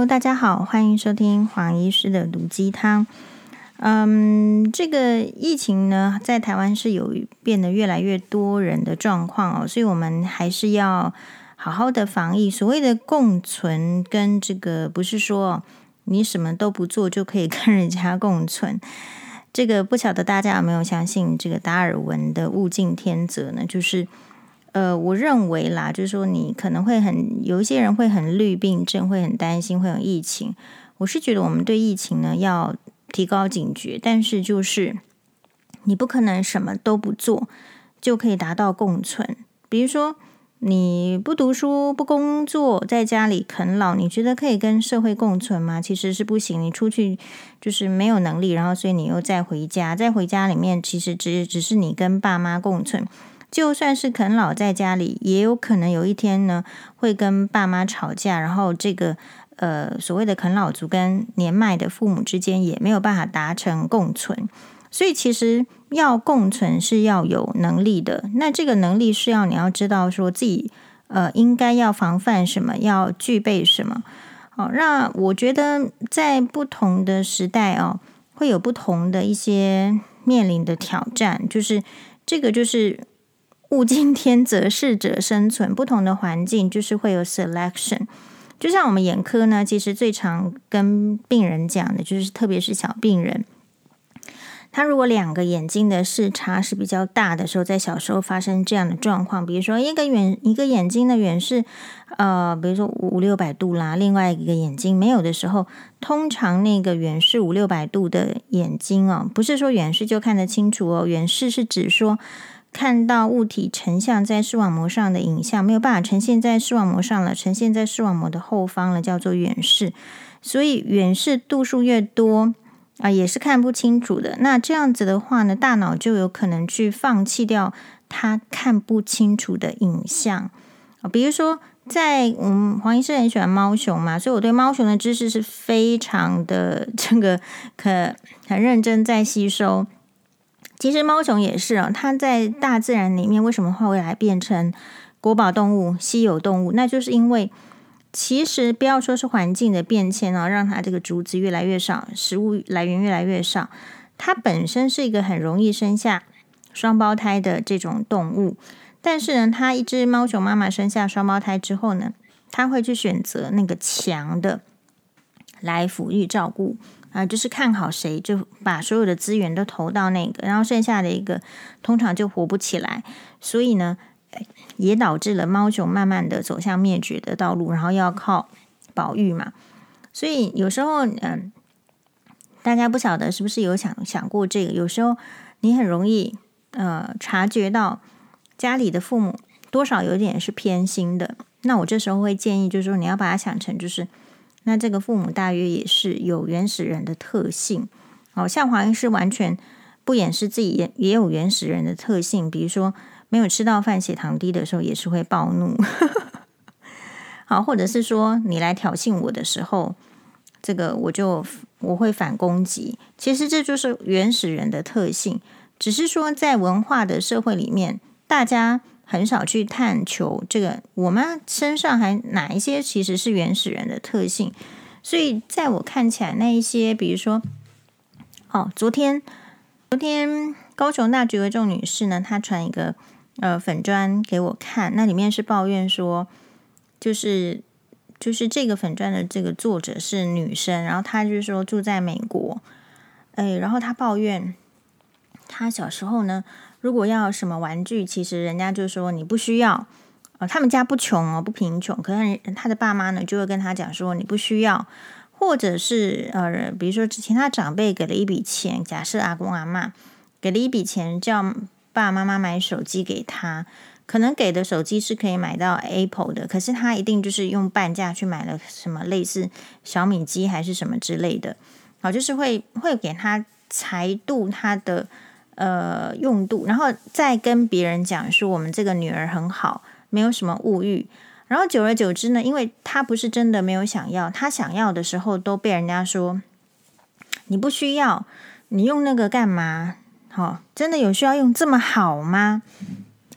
Hello， 大家好，欢迎收听黄医师的毒鸡汤。这个疫情呢，在台湾是有变得越来越多人的状况哦，所以我们还是要好好的防疫。所谓的共存，跟这个不是说你什么都不做就可以跟人家共存。这个不晓得大家有没有相信这个达尔文的物竞天择呢？就是我认为啦，就是说你可能会有一些人会很虑病症，会很担心会有疫情。我是觉得我们对疫情呢要提高警觉，但是就是你不可能什么都不做就可以达到共存。比如说你不读书不工作，在家里啃老，你觉得可以跟社会共存吗？其实是不行。你出去就是没有能力，然后所以你又再回家，在回家里面其实只是你跟爸妈共存。就算是啃老在家里，也有可能有一天呢会跟爸妈吵架，然后这个所谓的啃老族跟年迈的父母之间也没有办法达成共存。所以其实要共存是要有能力的，那这个能力是你要知道说自己应该要防范什么，要具备什么。那我觉得在不同的时代会有不同的一些面临的挑战，就是这个就是物竞天择，适者生存。不同的环境就是会有 selection。就像我们眼科呢，其实最常跟病人讲的就是，特别是小病人，他如果两个眼睛的视差是比较大的时候，在小时候发生这样的状况，比如说一个眼睛的远视比如说500-600度啦，另外一个眼睛没有的时候，通常那个远视500-600度的眼睛不是说远视就看得清楚远视是指说看到物体成像在视网膜上的影像没有办法呈现在视网膜上了，呈现在视网膜的后方了，叫做远视。所以远视度数越多也是看不清楚的。那这样子的话呢，大脑就有可能去放弃掉它看不清楚的影像。比如说在黄医师很喜欢猫熊嘛，所以我对猫熊的知识是非常的很认真在吸收。其实猫熊也是它在大自然里面为什么会来变成国宝动物、稀有动物？那就是因为其实不要说是环境的变迁让它这个竹子越来越少，食物来源越来越少，它本身是一个很容易生下双胞胎的这种动物。但是呢，它一只猫熊妈妈生下双胞胎之后呢，它会去选择那个强的来抚育照顾就是看好谁就把所有的资源都投到那个，然后剩下的一个通常就活不起来。所以呢也导致了猫熊慢慢的走向灭绝的道路，然后要靠保育嘛。所以有时候大家不晓得是不是有想过这个，有时候你很容易察觉到家里的父母多少有点是偏心的。那我这时候会建议就是说，你要把它想成就是那这个父母大约也是有原始人的特性像黄医师完全不掩饰自己也有原始人的特性，比如说没有吃到饭血糖低的时候也是会暴怒好，或者是说你来挑衅我的时候，这个我会反攻击。其实这就是原始人的特性，只是说在文化的社会里面，大家很少去探求这个我们身上还哪一些其实是原始人的特性。所以在我看起来那一些，比如说昨天高雄大橘为众女士呢，她传一个粉专给我看，那里面是抱怨说就是这个粉专的这个作者是女生，然后她就是说住在美国然后她抱怨她小时候呢，如果要什么玩具，其实人家就说你不需要他们家不穷不贫穷，可是他的爸妈呢就会跟他讲说你不需要，或者是比如说之前他长辈给了一笔钱，假设阿公阿嬷给了一笔钱叫爸爸妈妈买手机给他，可能给的手机是可以买到 Apple 的，可是他一定就是用半价去买了什么类似小米机还是什么之类的就是会给他裁度他的用度，然后再跟别人讲说我们这个女儿很好，没有什么物欲。然后久而久之呢，因为他不是真的没有想要，他想要的时候都被人家说你不需要，你用那个干嘛真的有需要用这么好吗？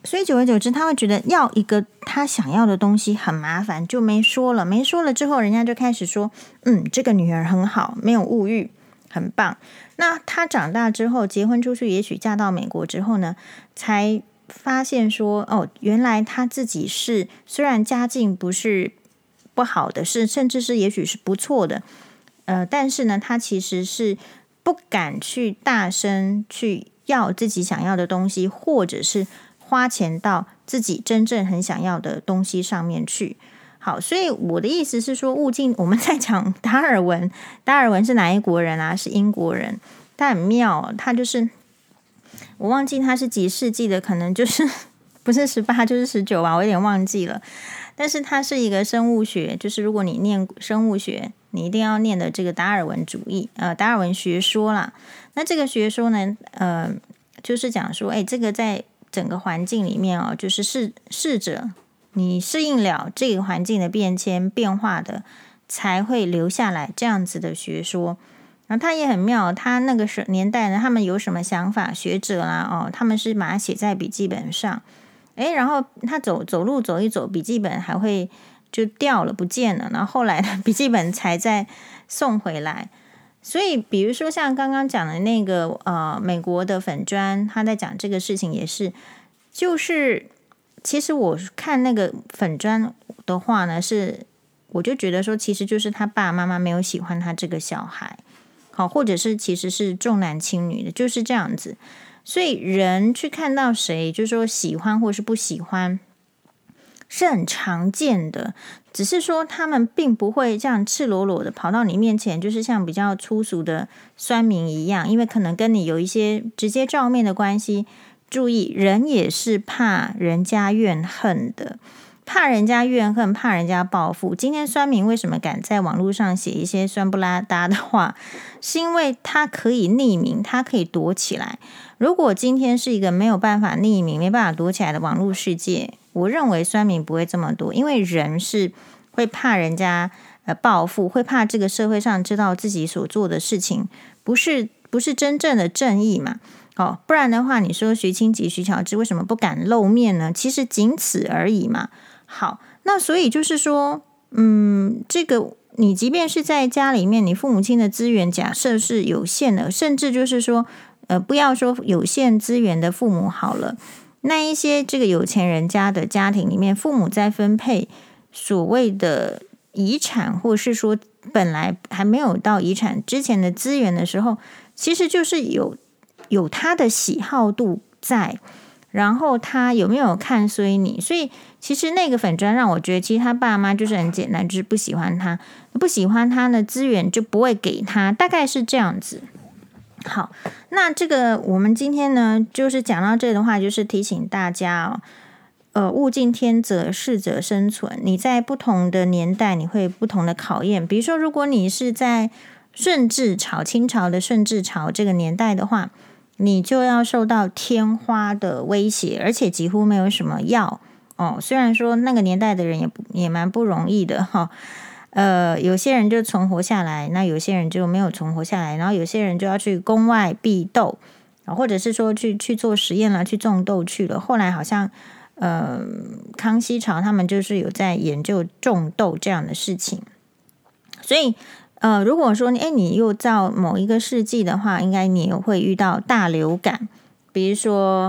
所以久而久之，他会觉得要一个他想要的东西很麻烦，就没说了。没说了之后，人家就开始说，这个女儿很好，没有物欲，很棒。那他长大之后，结婚出去，也许嫁到美国之后呢，才发现说，原来他自己是虽然家境不是不好的，甚至是也许是不错的，但是呢，他其实是不敢去大声去要自己想要的东西，或者是花钱到自己真正很想要的东西上面去。好，所以我的意思是说，物竞，我们在讲达尔文，达尔文是哪一国人啊？是英国人。他很妙，他就是我忘记他是几世纪的，可能就是不是18就是19吧，我有点忘记了。但是他是一个生物学，就是如果你念生物学，你一定要念的这个达尔文主义，达尔文学说啦。那这个学说呢，就是讲说，这个在整个环境里面就是适者，你适应了这个环境的变迁变化的，才会留下来这样子的学说。然后他也很妙，他那个年代呢，他们有什么想法，学者啦，他们是把它写在笔记本上。然后他走路走一走，笔记本还会就掉了不见了，然后后来呢，笔记本才再送回来。所以比如说像刚刚讲的那个美国的粉专，他在讲这个事情也是，就是其实我看那个粉专的话呢，我就觉得说，其实就是他爸爸妈妈没有喜欢他这个小孩，好，或者是其实是重男轻女的，就是这样子。所以人去看到谁，就是说喜欢或是不喜欢，是很常见的。只是说他们并不会这样赤裸裸的跑到你面前，就是像比较粗俗的酸民一样，因为可能跟你有一些直接照面的关系。注意，人也是怕人家怨恨的，怕人家怨恨，怕人家报复。今天酸民为什么敢在网络上写一些酸不拉搭的话，是因为他可以匿名，他可以躲起来。如果今天是一个没有办法匿名、没办法躲起来的网络世界，我认为酸民不会这么多，因为人是会怕人家报复，会怕这个社会上知道自己所做的事情不是真正的正义嘛。不然的话，你说徐清吉、徐巧智为什么不敢露面呢？其实仅此而已嘛。好，那所以就是说，这个你即便是在家里面，你父母亲的资源假设是有限的，甚至就是说，不要说有限资源的父母好了，那一些这个有钱人家的家庭里面，父母在分配所谓的遗产，或是说本来还没有到遗产之前的资源的时候，其实就是有他的喜好度在，然后他有没有看衰你，所以其实那个粉专让我觉得，其实他爸妈就是很简单，就是不喜欢他，不喜欢他的资源就不会给他，大概是这样子。好，那这个我们今天呢，就是讲到这的话，就是提醒大家物竞天择，适者生存。你在不同的年代，你会不同的考验。比如说，如果你是在顺治朝清朝的顺治朝这个年代的话，你就要受到天花的威胁，而且几乎没有什么药虽然说那个年代的人也蛮不容易的哈。有些人就存活下来，那有些人就没有存活下来，然后有些人就要去宫外避斗，或者是说去做实验了，去种豆去了。后来好像康熙朝他们就是有在研究种豆这样的事情。所以如果说你又到某一个世纪的话，应该你也会遇到大流感，比如说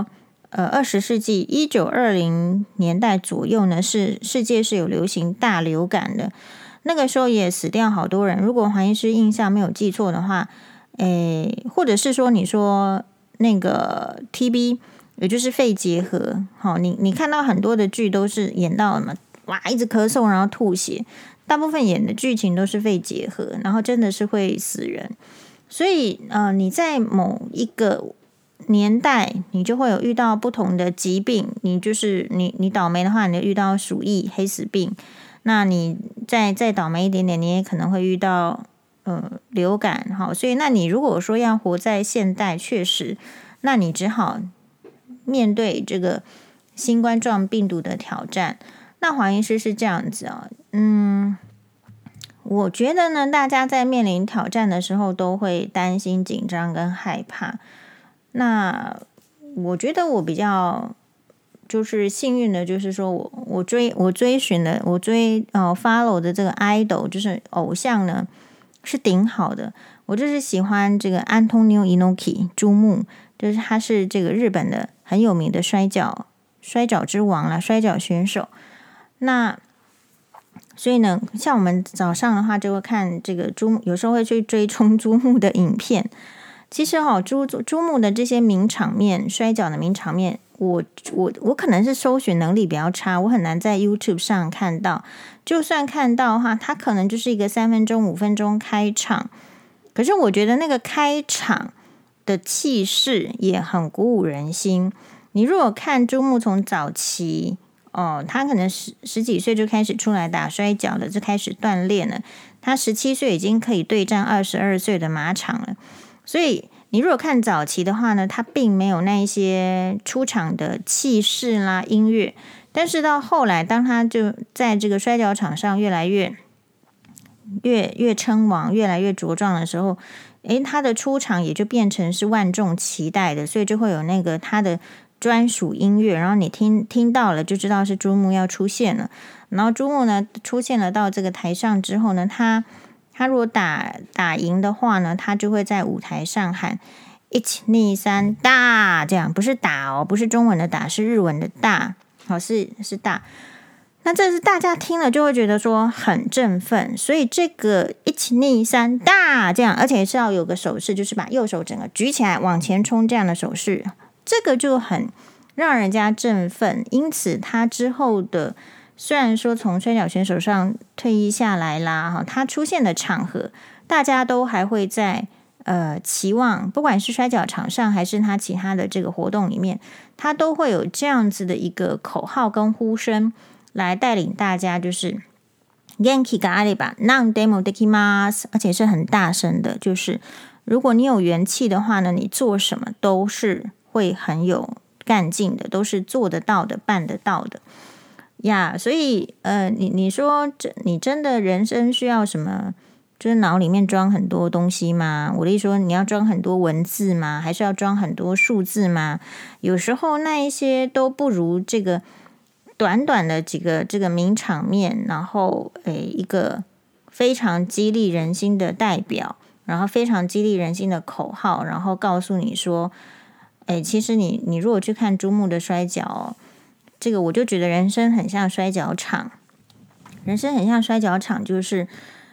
20世纪1920年代左右呢，世界是有流行大流感的。那个时候也死掉好多人，如果黄医师印象没有记错的话，或者是说你说那个 TB， 也就是肺结核，你看到很多的剧都是演到哇一直咳嗽然后吐血，大部分演的剧情都是肺结核，然后真的是会死人。所以你在某一个年代，你就会有遇到不同的疾病，你倒霉的话，你就遇到鼠疫、黑死病。那你再倒霉一点点，你也可能会遇到流感。好，所以那你如果说要活在现代，确实，那你只好面对这个新冠状病毒的挑战。那黄医师是这样子我觉得呢，大家在面临挑战的时候都会担心、紧张跟害怕。那我觉得我比较就是幸运的，就是说我追寻的follow 的这个 idol 就是偶像呢是顶好的。我就是喜欢这个 Antonio Inoki 猪木，就是他是这个日本的很有名的摔跤之王啦，摔跤选手。那所以呢，像我们早上的话就会看这个猪木，有时候会去追踪猪木的影片。其实猪木的这些名场面，摔跤的名场面，我可能是搜寻能力比较差，我很难在 YouTube 上看到。就算看到的话，它可能就是一个3分钟、5分钟开场。可是我觉得那个开场的气势也很鼓舞人心。你如果看猪木从早期他可能十几岁就开始出来打摔跤了，就开始锻炼了。他17岁已经可以对战22岁的马场了。所以你如果看早期的话呢，他并没有那一些出场的气势啦、音乐。但是到后来，当他就在这个摔跤场上越来越称王，越来越茁壮的时候，他的出场也就变成是万众期待的，所以就会有那个他的专属音乐，然后你听到了就知道是猪木要出现了。然后猪木呢出现了到这个台上之后呢，他如果打赢的话呢，他就会在舞台上喊1、2、3大，这样不是打不是中文的打，是日文的大，是大。那这是大家听了就会觉得说很振奋，所以这个1、2、3大这样，而且是要有个手势，就是把右手整个举起来往前冲这样的手势，这个就很让人家振奋。因此他之后的虽然说从摔跤选手上退役下来啦，他出现的场合大家都还会在期望，不管是摔跤场上还是他其他的这个活动里面，他都会有这样子的一个口号跟呼声来带领大家，就是Genki ga areba nan demo dekimasu， 而且是很大声的，就是如果你有元气的话呢，你做什么都是会很有干劲的，都是做得到的、办得到的呀。所以你说你真的人生需要什么？就是脑里面装很多东西吗？我的意思说，你要装很多文字吗？还是要装很多数字吗？有时候那一些都不如这个短短的几个这个名场面，然后一个非常激励人心的代表，然后非常激励人心的口号，然后告诉你说，其实你如果去看猪木的摔跤，这个我就觉得人生很像摔跤场，就是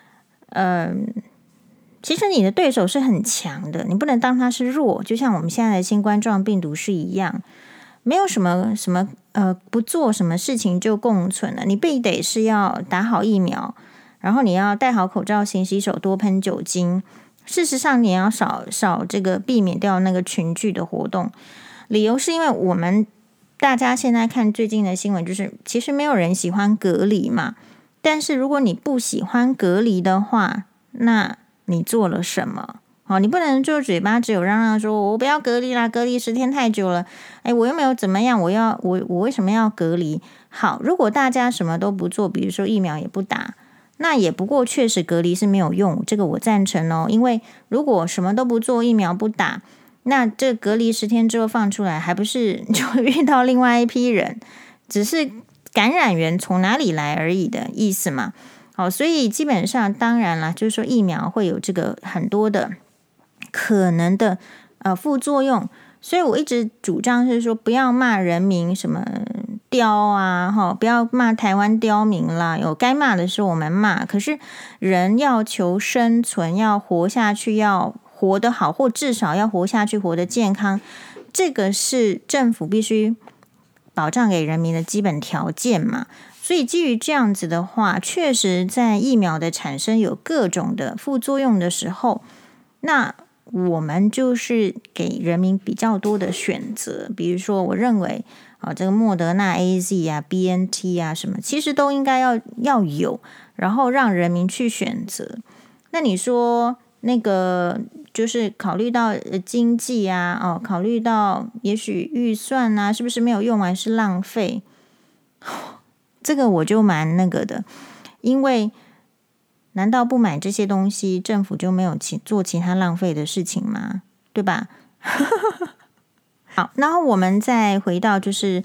其实你的对手是很强的，你不能当他是弱，就像我们现在的新冠状病毒是一样，没有什么不做什么事情就共存了，你必得是要打好疫苗，然后你要戴好口罩、勤洗手、多喷酒精。事实上，你要少这个避免掉那个群聚的活动。理由是因为我们大家现在看最近的新闻，就是其实没有人喜欢隔离嘛。但是如果你不喜欢隔离的话，那你做了什么？你不能就嘴巴只有嚷嚷说我不要隔离啦，隔离10天太久了，我又没有怎么样，我为什么要隔离？好，如果大家什么都不做，比如说疫苗也不打，那也不过确实隔离是没有用，这个我赞成哦。因为如果什么都不做，疫苗不打，那这隔离10天之后放出来，还不是就遇到另外一批人，只是感染源从哪里来而已的意思嘛。好，所以基本上当然啦，就是说疫苗会有这个很多的可能的副作用，所以我一直主张是说不要骂人民什么刁啊，不要骂台湾刁民啦，有该骂的时候我们骂，可是人要求生存，要活下去，要活得好，或至少要活下去，活得健康，这个是政府必须保障给人民的基本条件嘛。所以基于这样子的话，确实在疫苗的产生有各种的副作用的时候，那我们就是给人民比较多的选择。比如说我认为这个莫德纳 AZ 啊 BNT 啊什么，其实都应该要有，然后让人民去选择。那你说那个就是考虑到经济啊，考虑到也许预算啊，是不是没有用完是浪费？这个我就蛮那个的，因为难道不买这些东西，政府就没有做其他浪费的事情吗？对吧？好，然后我们再回到就是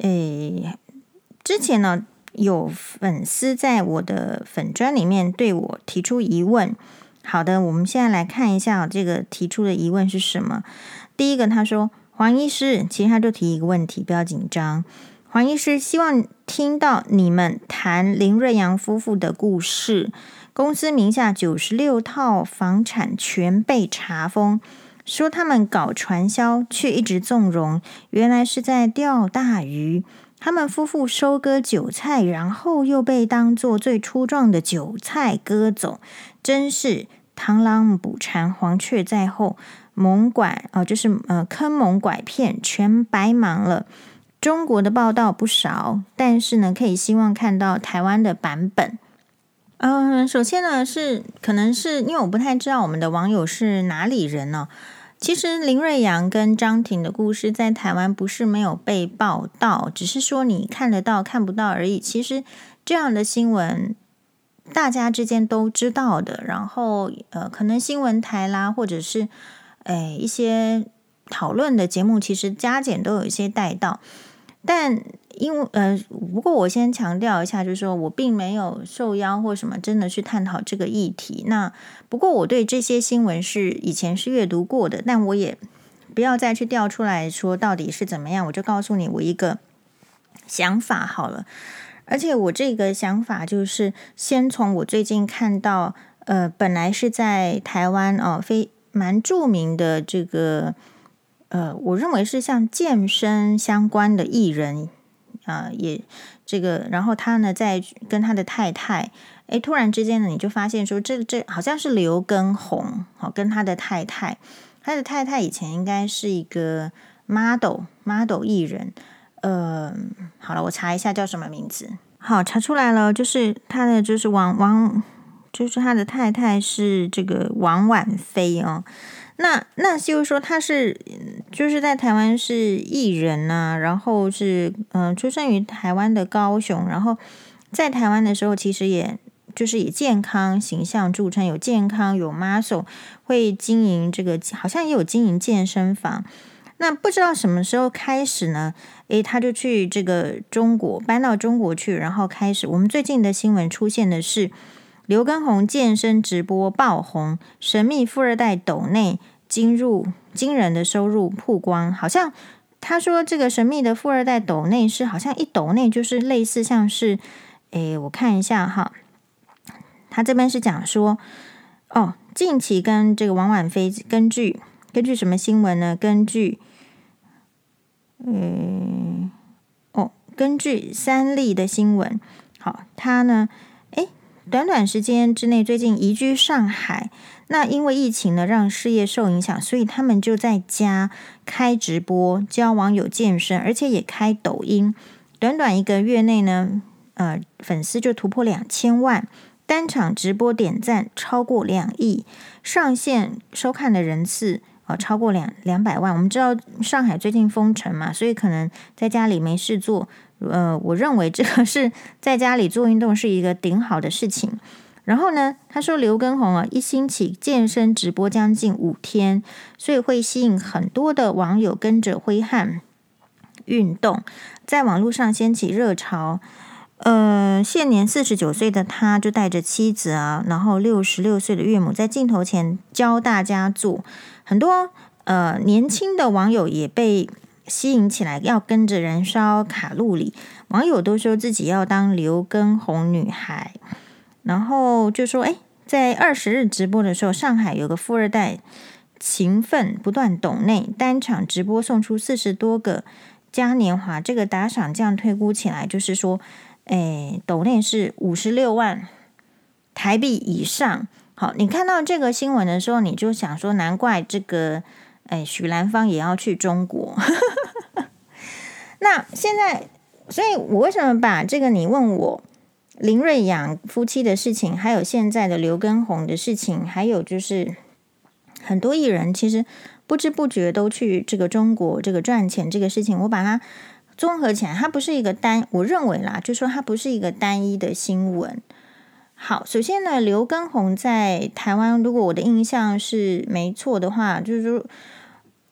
之前呢有粉丝在我的粉专里面对我提出疑问。好的，我们现在来看一下这个提出的疑问是什么。第一个，他说黄医师，其实他就提一个问题，不要紧张。黄医师希望听到你们谈林瑞阳夫妇的故事。公司名下96套房产全被查封，说他们搞传销却一直纵容，原来是在钓大鱼。他们夫妇收割韭菜，然后又被当作最粗壮的韭菜割走，真是螳螂捕蝉，黄雀在后，坑蒙拐骗，全白忙了。中国的报道不少，但是呢，可以希望看到台湾的版本。首先呢，可能是因为我不太知道我们的网友是哪里人呢？其实林瑞阳跟张庭的故事在台湾不是没有被报道，只是说你看得到看不到而已。其实这样的新闻大家之间都知道的，然后可能新闻台啦，或者是一些讨论的节目，其实加减都有一些带到。但不过我先强调一下，就是说我并没有受邀或什么真的去探讨这个议题。那不过我对这些新闻以前是阅读过的，但我也不要再去调出来说到底是怎么样，我就告诉你我一个想法好了。而且我这个想法就是先从我最近看到本来是在台湾蛮著名的这个我认为是像健身相关的艺人也这个，然后他呢在跟他的太太，突然之间呢你就发现说这好像是刘畊宏，跟他的太太以前应该是一个 model 艺人，好了，我查一下叫什么名字。好，查出来了，就是他的就是就是他的太太是这个王婉菲哦。那就是说他就是在台湾是艺人啊，然后是出生于台湾的高雄，然后在台湾的时候其实也就是以健康形象著称，有健康有 muscle， 会经营这个好像也有经营健身房。那不知道什么时候开始呢？他就去这个搬到中国去，然后开始我们最近的新闻出现的是刘畊宏健身直播爆红，神秘富二代斗内惊人的收入曝光。好像他说这个神秘的富二代斗内是好像一斗内就是类似像是我看一下哈，他这边是讲说近期跟这个王婉菲根据什么新闻呢？根据三立的新闻。好，他呢短时间之内最近移居上海，那因为疫情呢让事业受影响，所以他们就在家开直播教网友健身，而且也开抖音。短1个月内呢粉丝就突破2000万，单场直播点赞超过2亿，上线收看的人次超过200万。我们知道上海最近封城嘛，所以可能在家里没事做，我认为这个是在家里做运动是一个顶好的事情。然后呢，他说刘畊宏一星期健身直播将近5天，所以会吸引很多的网友跟着挥汗运动，在网络上掀起热潮。现年49岁的他就带着妻子然后66岁的岳母在镜头前教大家做。很多年轻的网友也被吸引起来，要跟着燃烧卡路里。网友都说自己要当刘畊宏女孩，然后就说在20日直播的时候，上海有个富二代勤奋不断抖内，单场直播送出40多个嘉年华。这个打赏这样推估起来，就是说抖内是56万台币以上。好，你看到这个新闻的时候，你就想说难怪这个许兰芳也要去中国。那现在，所以我为什么把这个你问我林瑞阳夫妻的事情，还有现在的刘畊宏的事情，还有就是很多艺人其实不知不觉都去这个中国这个赚钱这个事情，我把它综合起来，它不是一个我认为啦，就说它不是一个单一的新闻。好，首先呢，刘畊宏在台湾，如果我的印象是没错的话，就是说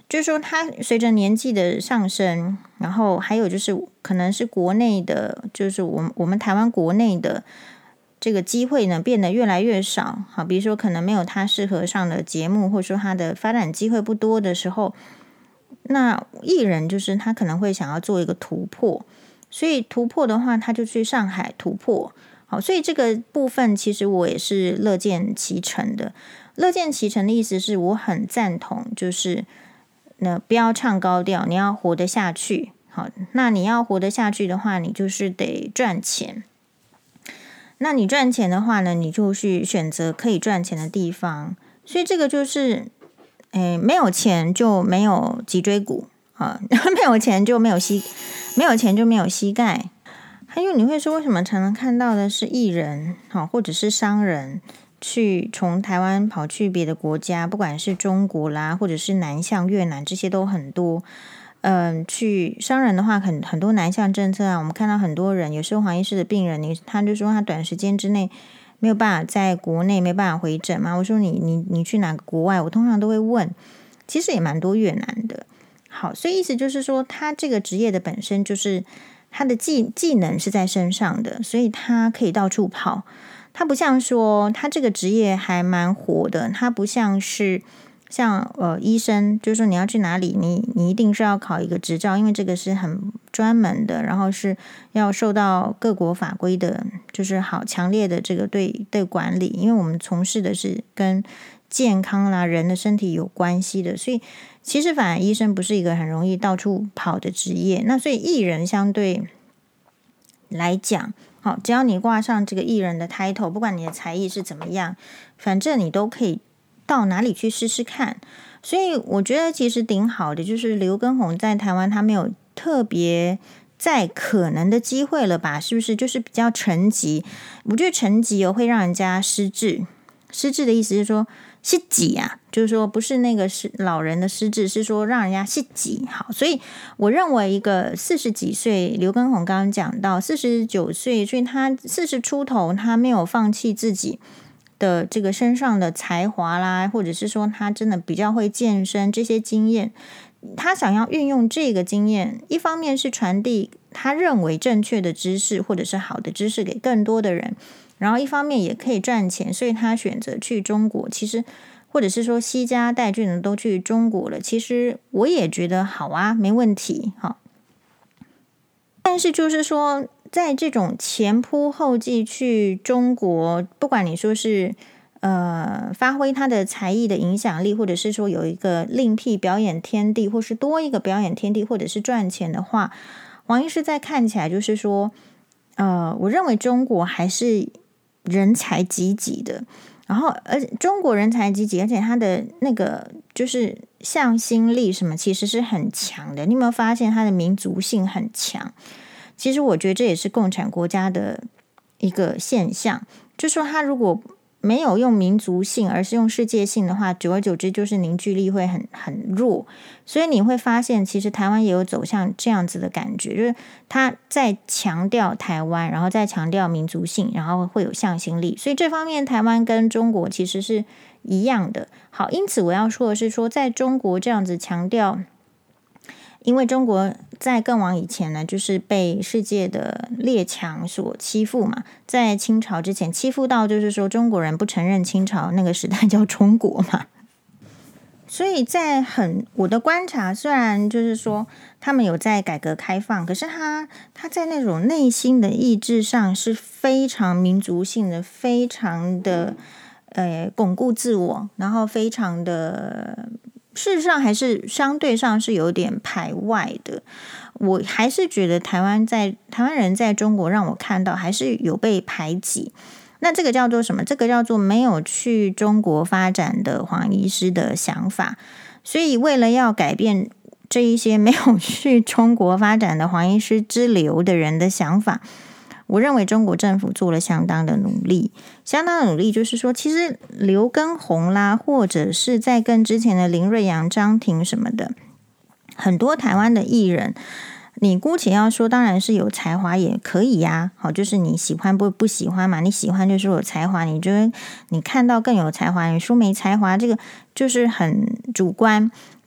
就是说他随着年纪的上升，然后还有就是可能是国内的，就是我们台湾国内的这个机会呢变得越来越少。好，比如说可能没有他适合上的节目，或者说他的发展机会不多的时候，那艺人就是他可能会想要做一个突破，所以突破的话，他就去上海突破。好，所以这个部分其实我也是乐见其成的。乐见其成的意思是我很赞同，就是不要唱高调，你要活得下去。好，那你要活得下去的话，你就是得赚钱。那你赚钱的话呢，你就去选择可以赚钱的地方。所以这个就是没有钱就没有脊椎骨啊，没有钱就没有膝盖。还有你会说为什么常常看到的是艺人或者是商人去从台湾跑去别的国家，不管是中国啦，或者是南向越南，这些都很多。去商人的话很多南向政策啊，我们看到很多人，有时候黄医师的病人，他就说他短时间之内没有办法在国内没办法回诊嘛。我说你去哪个国外，我通常都会问，其实也蛮多越南的。好，所以意思就是说，他这个职业的本身就是他的技能是在身上的，所以他可以到处跑。他不像说他这个职业还蛮活的，他不像是医生，就是说你要去哪里，你一定是要考一个执照，因为这个是很专门的，然后是要受到各国法规的，就是好强烈的这个对管理，因为我们从事的是跟健康啦人的身体有关系的，所以其实反而医生不是一个很容易到处跑的职业。那所以艺人相对来讲，好，只要你挂上这个艺人的 title， 不管你的才艺是怎么样，反正你都可以到哪里去试试看。所以我觉得其实挺好的，就是刘畊宏在台湾他没有特别在可能的机会了吧，是不是？就是比较沉寂。我觉得沉寂会让人家失智。失智的意思是说失己啊，就是说不是那个是老人的失智，是说让人家失己。好，所以我认为一个40几岁，刘畊宏刚刚讲到49岁，所以他40出头，他没有放弃自己的这个身上的才华啦，或者是说他真的比较会健身，这些经验他想要运用这个经验，一方面是传递他认为正确的知识或者是好的知识给更多的人，然后一方面也可以赚钱，所以他选择去中国。其实或者是说惜家带眷的都去中国了，其实我也觉得好啊，没问题。好，但是就是说在这种前仆后继去中国，不管你说是发挥他的才艺的影响力，或者是说有一个另辟表演天地，或是多一个表演天地，或者是赚钱的话，黄医师在看起来就是说我认为中国还是人才济济的，然后而中国人才济济，而且他的那个就是向心力什么其实是很强的。你有没有发现他的民族性很强？其实我觉得这也是共产国家的一个现象，就是说他如果没有用民族性，而是用世界性的话，久而久之就是凝聚力会很弱。所以你会发现，其实台湾也有走向这样子的感觉，就是他在强调台湾，然后再强调民族性，然后会有向心力。所以这方面台湾跟中国其实是一样的。好，因此我要说的是说，在中国这样子强调，因为中国在更往以前呢，就是被世界的列强所欺负嘛，在清朝之前欺负到就是说中国人不承认清朝那个时代叫中国嘛。所以在我的观察，虽然就是说他们有在改革开放，可是他在那种内心的意志上是非常民族性的，非常的巩固自我，然后非常的事实上还是相对上是有点排外的。我还是觉得台湾人在中国让我看到还是有被排挤。那这个叫做什么？这个叫做没有去中国发展的黄医师的想法。所以为了要改变这一些没有去中国发展的黄医师之流的人的想法，我认为中国政府做了相当的努力。相当的努力就是说，其实刘畊宏啦，或者是在更之前的林瑞阳、张庭什么的，很多台湾的艺人，你姑且要说当然是有才华也可以呀。好，就是你喜欢不喜欢嘛，你喜欢就是有才华，你觉得你看到更有才华，你说没才华，这个就是很主观。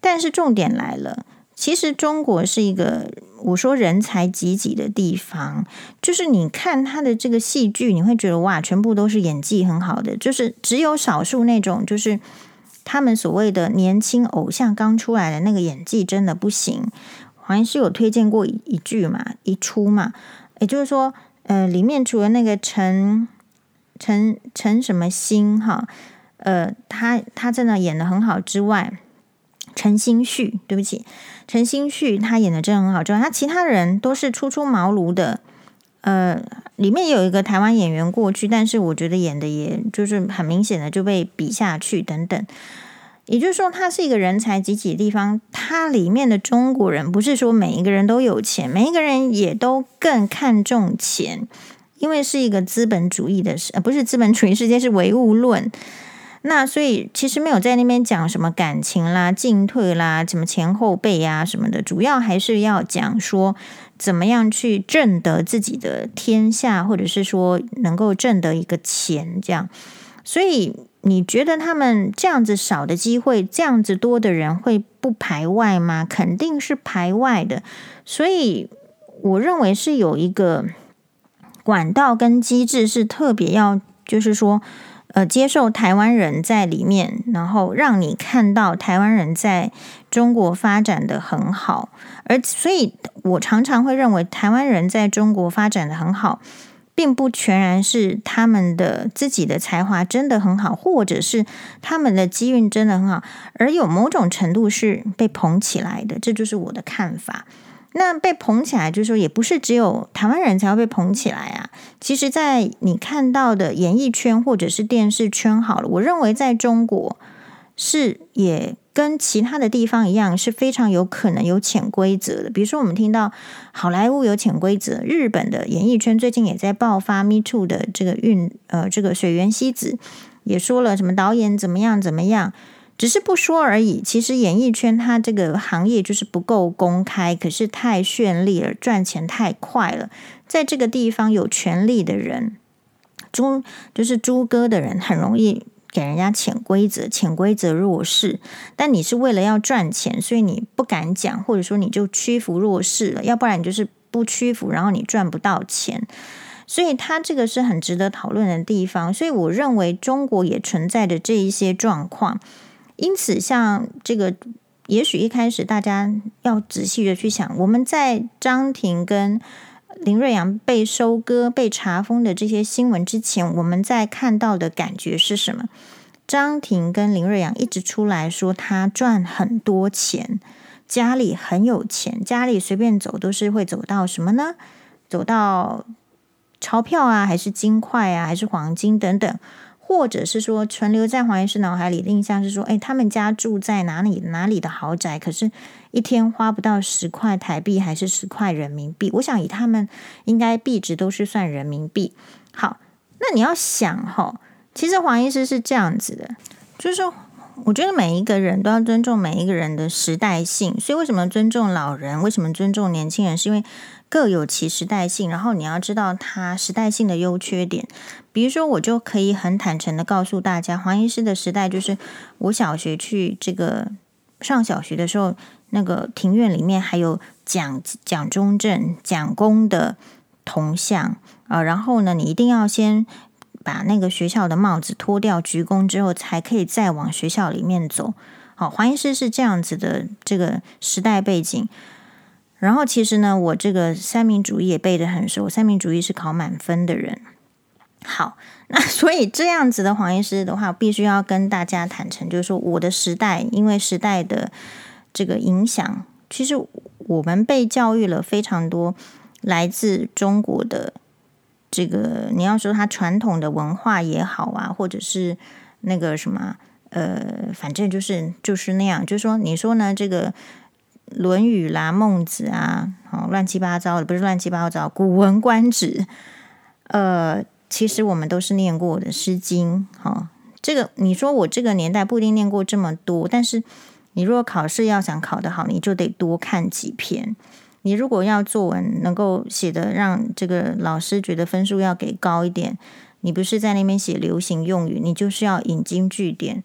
但是重点来了，其实中国是一个我说人才济济的地方，就是你看他的这个戏剧，你会觉得哇，全部都是演技很好的，就是只有少数那种就是他们所谓的年轻偶像刚出来的那个演技真的不行。黄医师有推荐过一剧嘛，一出嘛，也就是说里面除了那个陈什么星哈，他真的演得很好之外，陈星旭，对不起，陈星旭他演的真的很好之外，他其他人都是初茅庐的。里面有一个台湾演员过去，但是我觉得演的也就是很明显的就被比下去等等。也就是说，它是一个人才济济的地方。它里面的中国人不是说每一个人都有钱，每一个人也都更看重钱，因为是一个资本主义的不是资本主义世界，是唯物论。那所以其实没有在那边讲什么感情啦、进退啦、什么前后辈啊什么的，主要还是要讲说怎么样去挣得自己的天下，或者是说能够挣得一个钱这样。所以你觉得他们这样子少的机会，这样子多的人会不排外吗？肯定是排外的。所以我认为是有一个管道跟机制是特别要，就是说接受台湾人在里面，然后让你看到台湾人在中国发展的很好。而所以我常常会认为台湾人在中国发展的很好，并不全然是他们的自己的才华真的很好，或者是他们的机运真的很好，而有某种程度是被捧起来的，这就是我的看法。那被捧起来就是说也不是只有台湾人才会被捧起来啊，其实在你看到的演艺圈或者是电视圈好了，我认为在中国是也跟其他的地方一样，是非常有可能有潜规则的。比如说我们听到好莱坞有潜规则，日本的演艺圈最近也在爆发 Me Too 的这个水原希子也说了什么导演怎么样怎么样，只是不说而已。其实演艺圈它这个行业就是不够公开，可是太绚丽了，赚钱太快了，在这个地方有权力的人，就是猪哥的人很容易给人家潜规则弱势，但你是为了要赚钱，所以你不敢讲，或者说你就屈服弱势了，要不然你就是不屈服，然后你赚不到钱。所以它这个是很值得讨论的地方。所以我认为中国也存在着这一些状况，因此像这个也许一开始大家要仔细的去想，我们在张庭跟林瑞阳被收割被查封的这些新闻之前，我们在看到的感觉是什么？张庭跟林瑞阳一直出来说他赚很多钱，家里很有钱，家里随便走都是会走到什么呢？走到钞票啊，还是金块啊，还是黄金等等，或者是说存留在黄医师脑海里的印象是说，他们家住在哪里的豪宅，可是一天花不到10块台币，还是10块人民币。我想以他们应该币值都是算人民币。好，那你要想其实黄医师是这样子的，就是说我觉得每一个人都要尊重每一个人的时代性，所以为什么尊重老人，为什么尊重年轻人，是因为各有其时代性，然后你要知道它时代性的优缺点。比如说我就可以很坦诚的告诉大家，黄医师的时代就是我小学去这个上小学的时候，那个庭院里面还有蒋中正蒋公的铜像然后呢你一定要先把那个学校的帽子脱掉鞠躬之后，才可以再往学校里面走。好，黄医师是这样子的这个时代背景。然后其实呢，我这个三民主义也背得很熟，三民主义是考满分的人。好，那所以这样子的黄医师的话，必须要跟大家坦诚，就是说我的时代，因为时代的这个影响，其实我们被教育了非常多来自中国的这个，你要说它传统的文化也好啊，或者是那个什么反正就是那样，就是说你说呢，这个论语啦、孟子啊，乱七八糟的，不是乱七八糟，古文观止，其实我们都是念过的《诗经》这个你说我这个年代不一定念过这么多，但是你如果考试要想考得好，你就得多看几篇。你如果要作文能够写得让这个老师觉得分数要给高一点，你不是在那边写流行用语，你就是要引经据典。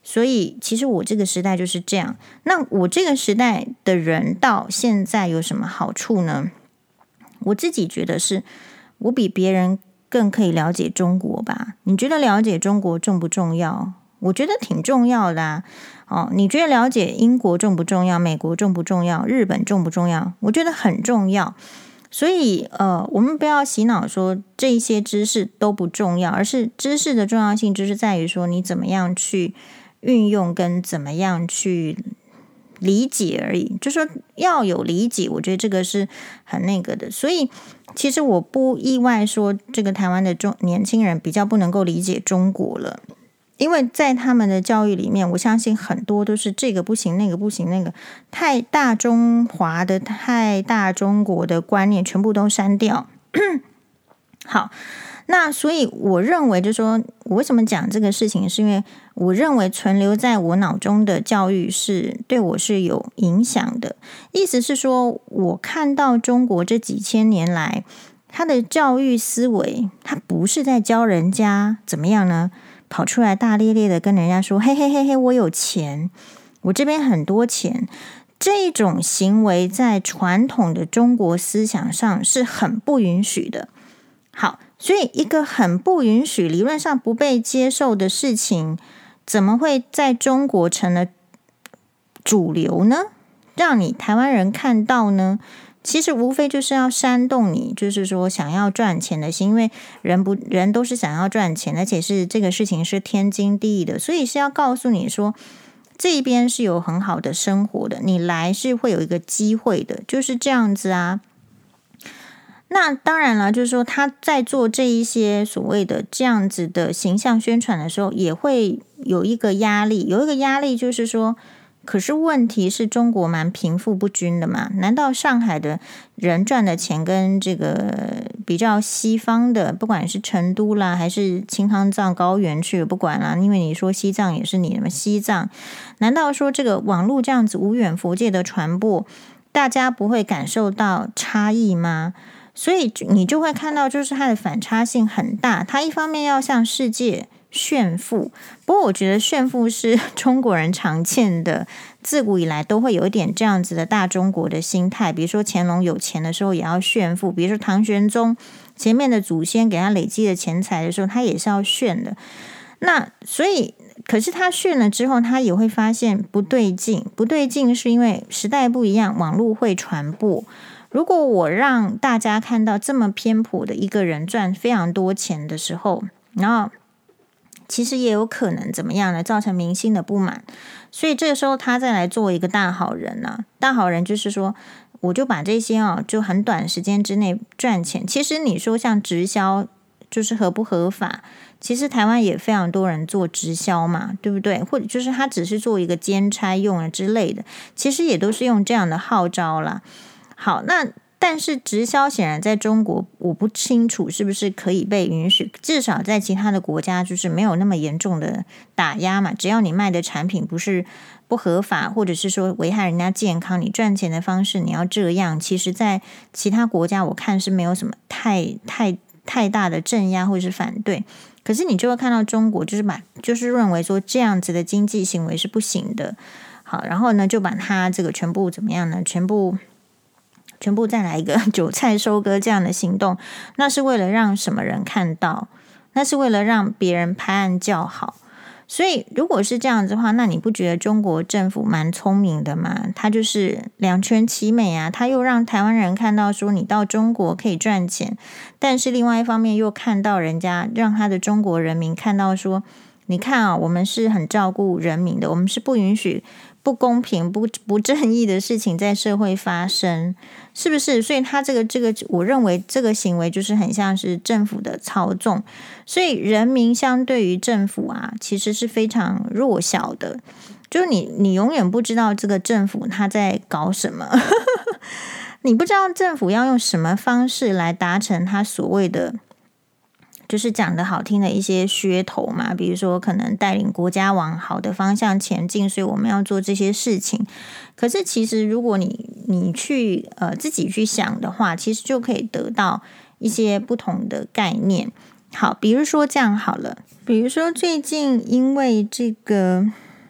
所以其实我这个时代就是这样。那我这个时代的人到现在有什么好处呢？我自己觉得是我比别人更可以了解中国吧。你觉得了解中国重不重要？我觉得挺重要的啊。你觉得了解英国重不重要？美国重不重要？日本重不重要？我觉得很重要。所以我们不要洗脑说这些知识都不重要，而是知识的重要性就是在于说你怎么样去运用跟怎么样去理解而已。就说要有理解，我觉得这个是很那个的。所以其实我不意外说这个台湾的年轻人比较不能够理解中国了。因为在他们的教育里面，我相信很多都是这个不行那个不行，那个太大中华的太大中国的观念全部都删掉。好，那所以我认为就是说我为什么讲这个事情，是因为我认为存留在我脑中的教育是对我是有影响的。意思是说我看到中国这几千年来他的教育思维，他不是在教人家怎么样呢，跑出来大咧咧的跟人家说嘿嘿嘿嘿我有钱，我这边很多钱，这种行为在传统的中国思想上是很不允许的。好，所以一个很不允许，理论上不被接受的事情，怎么会在中国成了主流呢？让你台湾人看到呢？其实无非就是要煽动你，就是说想要赚钱的心，因为人都是想要赚钱，而且是这个事情是天经地义的，所以是要告诉你说这边是有很好的生活的，你来是会有一个机会的，就是这样子啊。那当然了，就是说他在做这一些所谓的这样子的形象宣传的时候，也会有一个压力，就是说，可是问题是中国蛮贫富不均的嘛？难道上海的人赚的钱跟这个比较西方的，不管是成都啦，还是青藏藏高原去不管啦，因为你说西藏也是你的西藏，难道说这个网络这样子无远弗届的传播，大家不会感受到差异吗？所以你就会看到，就是它的反差性很大。它一方面要向世界炫富，不过我觉得炫富是中国人常见的，自古以来都会有一点这样子的大中国的心态。比如说乾隆有钱的时候也要炫富，比如说唐玄宗前面的祖先给他累积的钱财的时候，他也是要炫的。那所以，可是他炫了之后，他也会发现不对劲，是因为时代不一样，网络会传播。如果我让大家看到这么偏颇的一个人赚非常多钱的时候，然后其实也有可能怎么样呢？造成民心的不满。所以这个时候他再来做一个大好人啊，大好人就是说，我就把这些就很短时间之内赚钱。其实你说像直销就是合不合法？其实台湾也非常多人做直销嘛，对不对？或者就是他只是做一个兼差用了之类的，其实也都是用这样的号召啦。好，那但是直销显然在中国我不清楚是不是可以被允许，至少在其他的国家就是没有那么严重的打压嘛，只要你卖的产品不是不合法，或者是说危害人家健康，你赚钱的方式你要这样，其实在其他国家我看是没有什么太大的镇压或者是反对。可是你就会看到中国就是认为说这样子的经济行为是不行的。好，然后呢就把它这个全部怎么样呢？全部再来一个韭菜收割这样的行动，那是为了让什么人看到？那是为了让别人拍案叫好。所以如果是这样子的话，那你不觉得中国政府蛮聪明的吗？他就是两全其美啊，他又让台湾人看到说你到中国可以赚钱，但是另外一方面又看到人家让他的中国人民看到说，你看啊，我们是很照顾人民的，我们是不允许不公平、不正义的事情在社会发生，是不是？所以他这个，我认为这个行为就是很像是政府的操纵。所以人民相对于政府啊，其实是非常弱小的。就是你永远不知道这个政府他在搞什么，你不知道政府要用什么方式来达成他所谓的。就是讲的好听的一些噱头嘛，比如说可能带领国家往好的方向前进，所以我们要做这些事情。可是其实如果你去自己去想的话，其实就可以得到一些不同的概念。好，比如说这样好了，比如说最近因为这个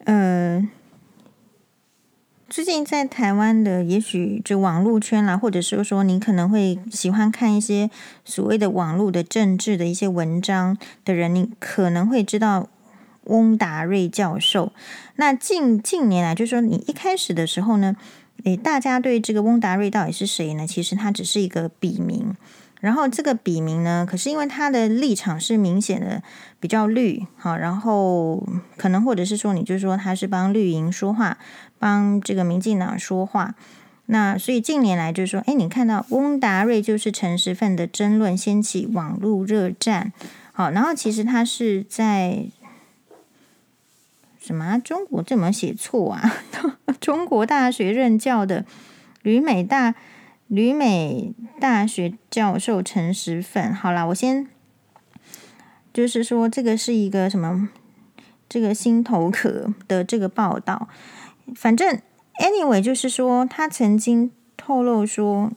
最近在台湾的也许就网络圈啦，或者是说你可能会喜欢看一些所谓的网络的政治的一些文章的人，你可能会知道翁达瑞教授。那近年来就是说你一开始的时候呢，大家对这个翁达瑞到底是谁呢，其实他只是一个笔名，然后这个笔名呢，可是因为他的立场是明显的比较绿，好，然后可能或者是说你就说他是帮绿营说话，帮这个民进党说话，那所以近年来就是说，你看到翁达瑞就是陈时奋的争论掀起网络热战，好，然后其实他是在什么中国这么写错啊？中国大学任教的旅美大学教授陈时奋。好啦，我先就是说这个是一个什么这个心头壳的这个报道，反正 anyway 就是说他曾经透露说，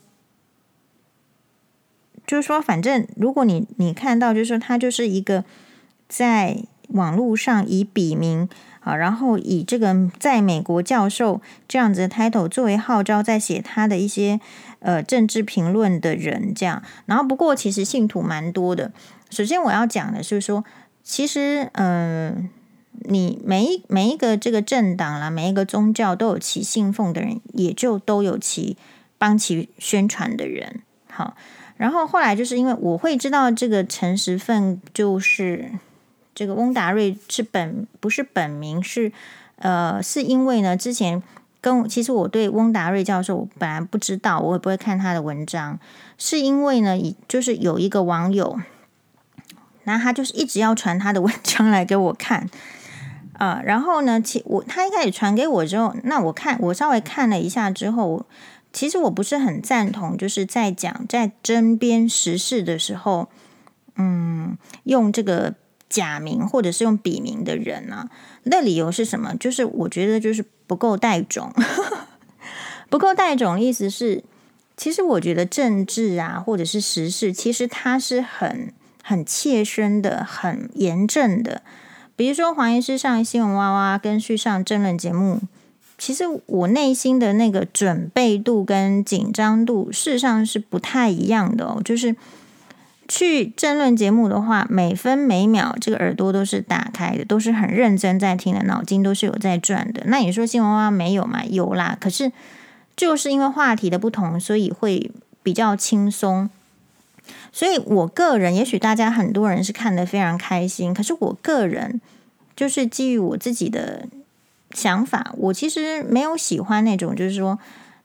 就是说反正如果你看到就是说他就是一个在网络上以笔名然后以这个在美国教授这样子的 title 作为号召，在写他的一些政治评论的人这样，然后不过其实信徒蛮多的。首先我要讲的是说，其实你每一个这个政党啦，每一个宗教都有其信奉的人，也就都有其帮其宣传的人。好，然后后来就是因为我会知道这个陈时奋就是这个翁达瑞是不是本名，是因为呢之前其实我对翁达瑞教授我本来不知道，我也不会看他的文章，是因为呢就是有一个网友，那他就是一直要传他的文章来给我看然后呢他一开始传给我之后，那我稍微看了一下之后，其实我不是很赞同就是在针砭时事的时候用这个假名或者是用笔名的人啊，那理由是什么？就是我觉得就是不够带种不够带种的意思是，其实我觉得政治啊或者是时事，其实它是很切身的，很严正的。比如说黄医师上新闻娃娃跟去上政论节目，其实我内心的那个准备度跟紧张度事实上是不太一样的就是去政论节目的话，每分每秒这个耳朵都是打开的，都是很认真在听的，脑筋都是有在转的。那你说新闻娃娃没有吗？有啦，可是就是因为话题的不同，所以会比较轻松。所以我个人，也许大家很多人是看得非常开心，可是我个人就是基于我自己的想法，我其实没有喜欢那种就是说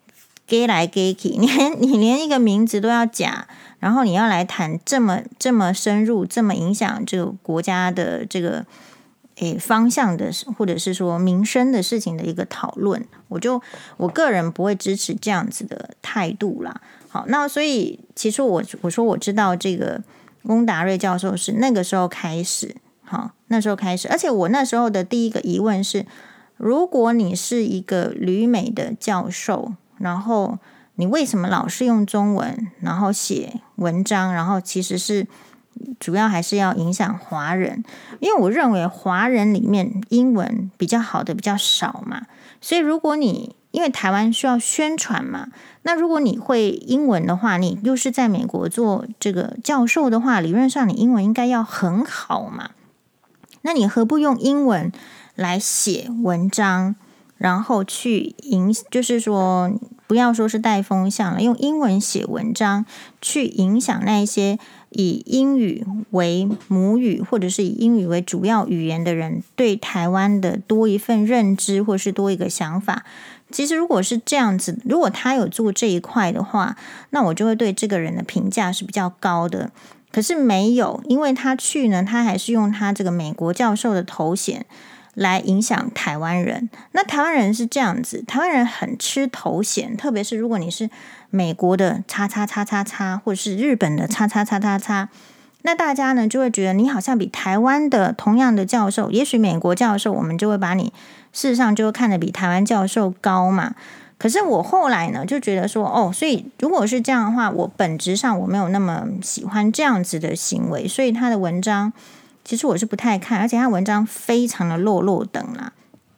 gay 来 gay去，你连一个名字都要假，然后你要来谈这么深入，这么影响这个国家的这个方向的，或者是说民生的事情的一个讨论，我个人不会支持这样子的态度啦。好，那所以其实我说我知道这个翁达瑞教授是那个时候开始，好，那时候开始，而且我那时候的第一个疑问是，如果你是一个旅美的教授，然后你为什么老是用中文，然后写文章，然后其实是主要还是要影响华人，因为我认为华人里面英文比较好的比较少嘛，所以如果因为台湾需要宣传嘛，那如果你会英文的话，你又是在美国做这个教授的话，理论上你英文应该要很好嘛，那你何不用英文来写文章，然后就是说不要说是带风向了，用英文写文章去影响那些以英语为母语或者是以英语为主要语言的人对台湾的多一份认知或是多一个想法。其实如果是这样子，如果他有做这一块的话，那我就会对这个人的评价是比较高的。可是没有，因为他他还是用他这个美国教授的头衔来影响台湾人。那台湾人是这样子，台湾人很吃头衔，特别是如果你是美国的叉叉叉叉叉，或者是日本的叉叉叉叉叉，那大家呢就会觉得你好像比台湾的同样的教授，也许美国教授我们就会把你事实上就会看得比台湾教授高嘛。可是我后来呢就觉得说所以如果是这样的话，我本质上我没有那么喜欢这样子的行为，所以他的文章其实我是不太看，而且他文章非常的落等啦。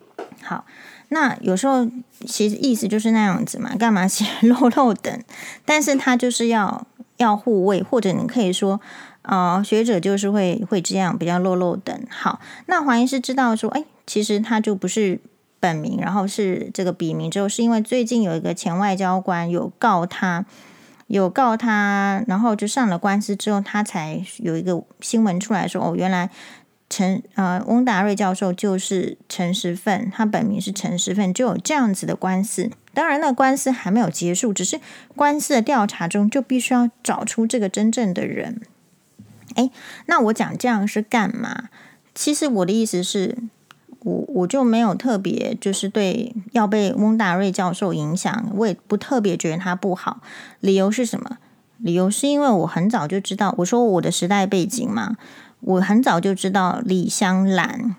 好，那有时候其实意思就是那样子嘛，干嘛写漏漏等？但是他就是要护卫，或者你可以说，学者就是会这样比较漏漏等。好，那黄医师知道说，其实他就不是本名，然后是这个笔名之后，是因为最近有一个前外交官有告他，然后就上了官司之后，他才有一个新闻出来说，原来翁达瑞教授就是陈时奋，他本名是陈时奋，就有这样子的官司。当然那官司还没有结束，只是官司的调查中就必须要找出这个真正的人。那我讲这样是干嘛？其实我的意思是，我就没有特别就是对要被翁达瑞教授影响，我也不特别觉得他不好。理由是什么？理由是因为我很早就知道，我说我的时代背景嘛，我很早就知道李香兰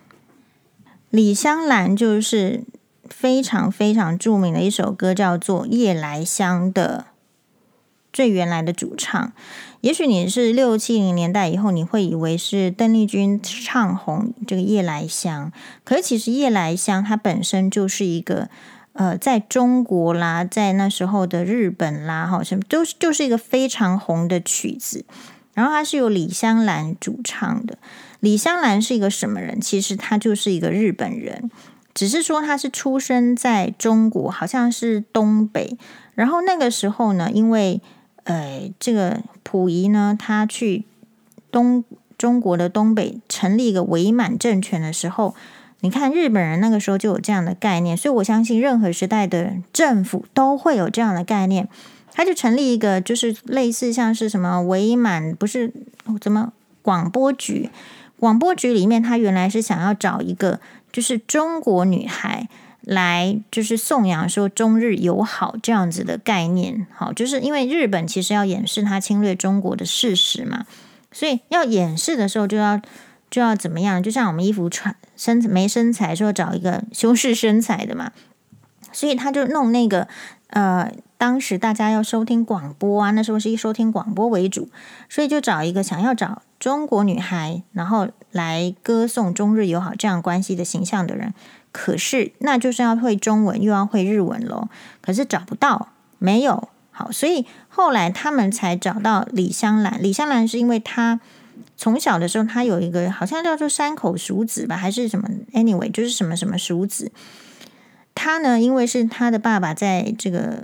就是非常非常著名的一首歌，叫做《夜来香》的最原来的主唱。也许你是60、70年代以后，你会以为是邓丽君唱红这个《夜来香》，可是其实《夜来香》它本身就是一个在中国啦，在那时候的日本啦，什么就是一个非常红的曲子。然后它是由李香兰主唱的。李香兰是一个什么人？其实他就是一个日本人，只是说他是出生在中国，好像是东北。然后那个时候呢，因为这个溥仪呢，他去中国的东北成立一个伪满政权的时候，你看日本人那个时候就有这样的概念，所以我相信任何时代的政府都会有这样的概念。他就成立一个就是类似像是什么伪满，不是怎么广播局里面，他原来是想要找一个就是中国女孩来就是颂扬说中日友好这样子的概念。好，就是因为日本其实要掩饰他侵略中国的事实嘛，所以要掩饰的时候就要怎么样？就像我们衣服没身材说找一个修饰身材的嘛，所以他就弄那个当时大家要收听广播啊，那时候是以收听广播为主，所以就想要找中国女孩，然后来歌颂中日友好这样关系的形象的人。可是那就是要会中文又要会日文咯，可是找不到，没有。好，所以后来他们才找到李香兰。李香兰是因为她从小的时候，她有一个好像叫做山口淑子吧，还是什么 anyway 就是什么什么淑子。她呢，因为是她的爸爸在这个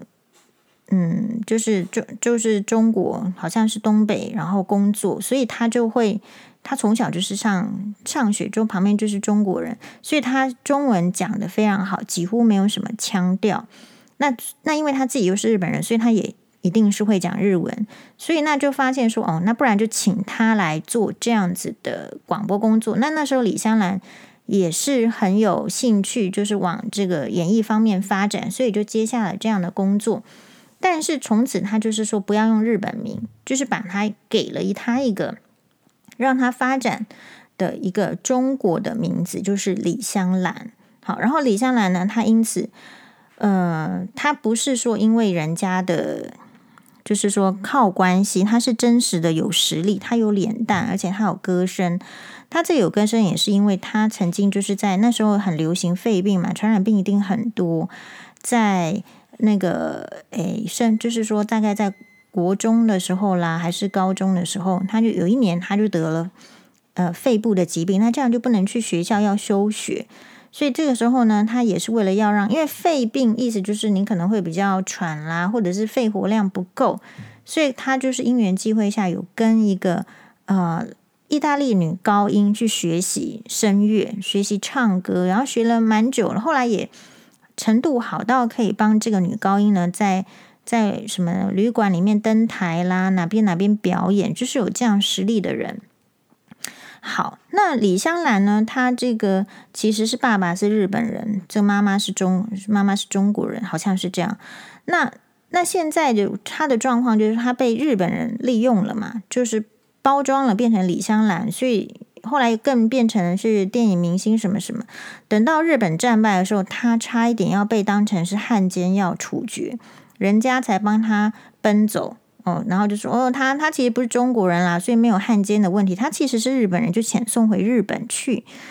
就是中国好像是东北，然后工作，所以他从小就是上学之后旁边就是中国人，所以他中文讲得非常好，几乎没有什么腔调。那因为他自己又是日本人，所以他也一定是会讲日文，所以那就发现说那不然就请他来做这样子的广播工作。那时候李香兰也是很有兴趣，就是往这个演艺方面发展，所以就接下了这样的工作。但是从此他就是说不要用日本名，就是把他给了他一个让他发展的一个中国的名字，就是李香兰。好，然后李香兰呢，他因此他不是说因为人家的就是说靠关系，他是真实的有实力，他有脸蛋，而且他有歌声。他这有歌声也是因为他曾经就是在那时候很流行肺病嘛，传染病一定很多，在那个就是说大概在国中的时候啦，还是高中的时候，他就有一年他就得了肺部的疾病，那这样就不能去学校，要休学。所以这个时候呢，他也是为了要因为肺病意思就是你可能会比较喘啦，或者是肺活量不够，所以他就是因缘际会下有跟一个意大利女高音去学习声乐，学习唱歌，然后学了蛮久了，后来也程度好到可以帮这个女高音呢在什么旅馆里面登台啦，哪边表演，就是有这样实力的人。好，那李香兰呢，她这个其实是爸爸是日本人，这妈妈是中国人，好像是这样。那现在就她的状况就是她被日本人利用了嘛，就是包装了变成李香兰，所以后来更变成是电影明星什么什么。等到日本战败的时候，他差一点要被当成是汉奸要处决，人家才帮他奔走然后就说他其实不是中国人啦，所以没有汉奸的问题，他其实是日本人，就遣送回日本去。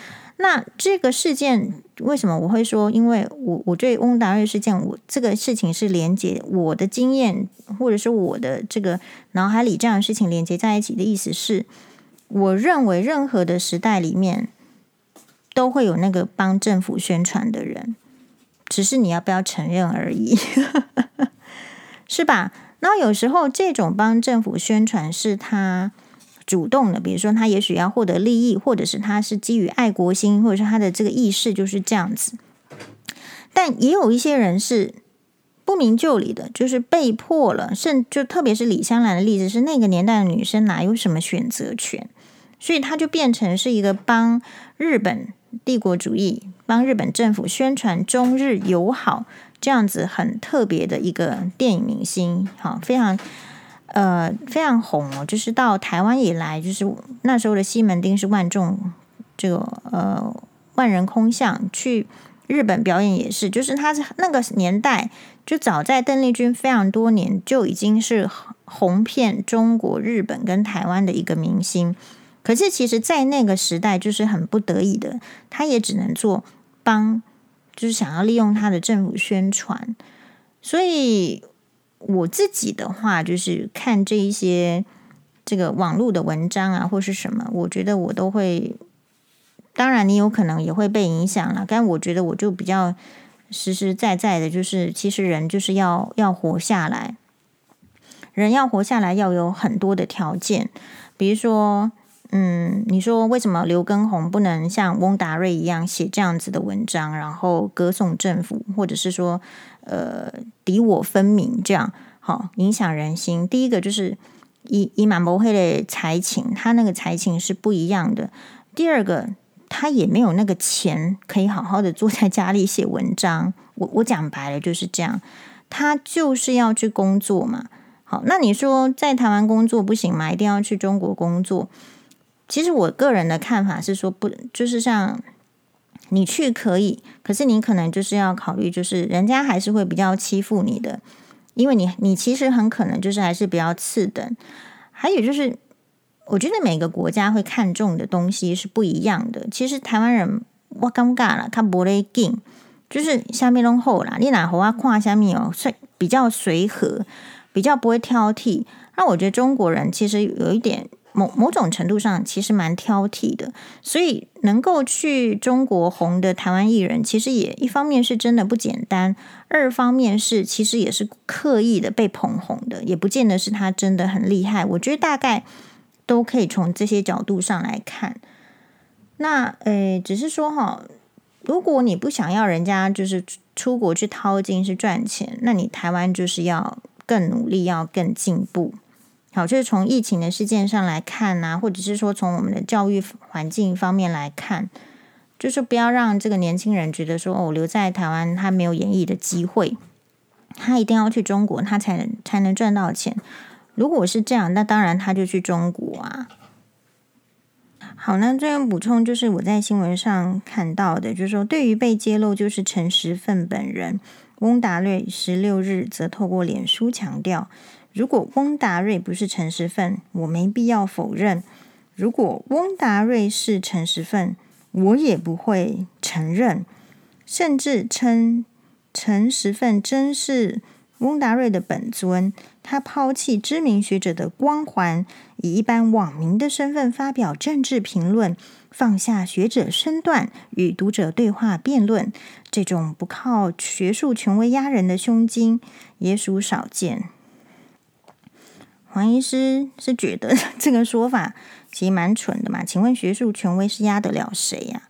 那这个事件为什么我会说？因为我对翁达瑞事件，我这个事情是连接我的经验，或者是我的这个脑海里这样的事情连接在一起的意思是，我认为任何的时代里面都会有那个帮政府宣传的人，只是你要不要承认而已，是吧？然后有时候这种帮政府宣传是他主动的，比如说他也许要获得利益，或者是他是基于爱国心，或者是他的这个意识就是这样子。但也有一些人是不明就里的，就是被迫了，就特别是李香兰的例子，是那个年代的女生哪有什么选择权，所以他就变成是一个帮日本帝国主义、帮日本政府宣传中日友好这样子很特别的一个电影明星，好，非常红哦，就是到台湾以来，就是那时候的西门町是万众这个万人空巷，去日本表演也是，就是他是那个年代，就早在邓丽君非常多年就已经是红遍中国、日本跟台湾的一个明星。可是其实在那个时代就是很不得已的，他也只能做就是想要利用他的政府宣传。所以我自己的话，就是看这一些这个网络的文章啊，或是什么，我觉得我都会，当然你有可能也会被影响了，但我觉得我就比较实实在在的，就是其实人就是要活下来，人要活下来要有很多的条件，比如说你说为什么刘畊宏不能像翁达瑞一样写这样子的文章，然后歌颂政府，或者是说敌我分明这样好影响人心？第一个就是以满博黑的才情，他那个才情是不一样的。第二个，他也没有那个钱可以好好的坐在家里写文章。我讲白了就是这样，他就是要去工作嘛。好，那你说在台湾工作不行吗？一定要去中国工作？其实我个人的看法是说，不，就是像你去可以，可是你可能就是要考虑，就是人家还是会比较欺负你的，因为你其实很可能就是还是比较次等。还有就是，我觉得每个国家会看重的东西是不一样的。其实台湾人我尴尬了，他不会紧，就是下面弄后啦，你哪和我跨下面哦，比较随和，比较不会挑剔。那我觉得中国人其实有一点。某种程度上其实蛮挑剔的，所以能够去中国红的台湾艺人，其实也一方面是真的不简单，二方面是其实也是刻意的被捧红的，也不见得是他真的很厉害。我觉得大概都可以从这些角度上来看。那只是说哈，如果你不想要人家就是出国去掏金是赚钱，那你台湾就是要更努力，要更进步。好，就是从疫情的事件上来看啊，或者是说从我们的教育环境方面来看，就是不要让这个年轻人觉得说我留在台湾他没有演艺的机会，他一定要去中国他才能赚到钱。如果是这样，那当然他就去中国啊。好，那最后补充就是我在新闻上看到的，就是说对于被揭露就是陈时奋本人，翁达瑞16日则透过脸书强调，如果翁达瑞不是陈时奋，我没必要否认；如果翁达瑞是陈时奋，我也不会承认，甚至称陈时奋真是翁达瑞的本尊。他抛弃知名学者的光环，以一般网民的身份发表政治评论，放下学者身段与读者对话辩论，这种不靠学术权威压人的胸襟也属少见。黄医师是觉得这个说法其实蛮蠢的嘛？请问学术权威是压得了谁呀？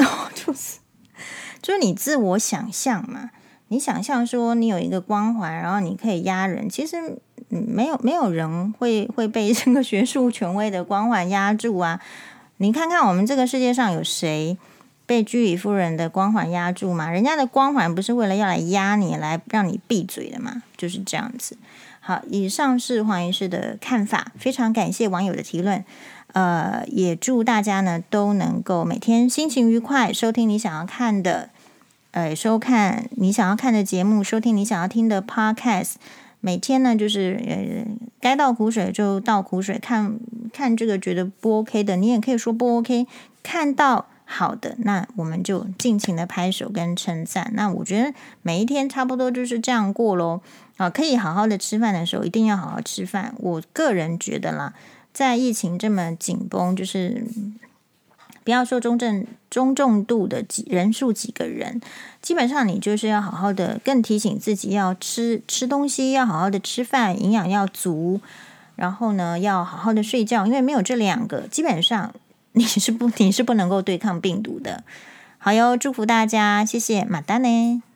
就是你自我想象嘛，你想象说你有一个光环，然后你可以压人，其实没有人会被这个学术权威的光环压住啊。你看看我们这个世界上有谁被居里夫人的光环压住吗？人家的光环不是为了要来压你，来让你闭嘴的嘛，就是这样子。好，以上是黄医师的看法，非常感谢网友的提论。也祝大家呢都能够每天心情愉快，收听你想要看的，收看你想要看的节目，收听你想要听的 podcast。每天呢就是该倒苦水就倒苦水，看这个觉得不 OK 的，你也可以说不 OK。看到好的，那我们就尽情的拍手跟称赞。那我觉得每一天差不多就是这样过咯。可以好好的吃饭的时候，一定要好好吃饭。我个人觉得啦，在疫情这么紧绷，就是不要说中重度的人数几个人，基本上你就是要好好的，更提醒自己要吃东西，要好好的吃饭，营养要足，然后呢要好好的睡觉，因为没有这两个，基本上你是不能够对抗病毒的。好哟，祝福大家，谢谢，马丹呢。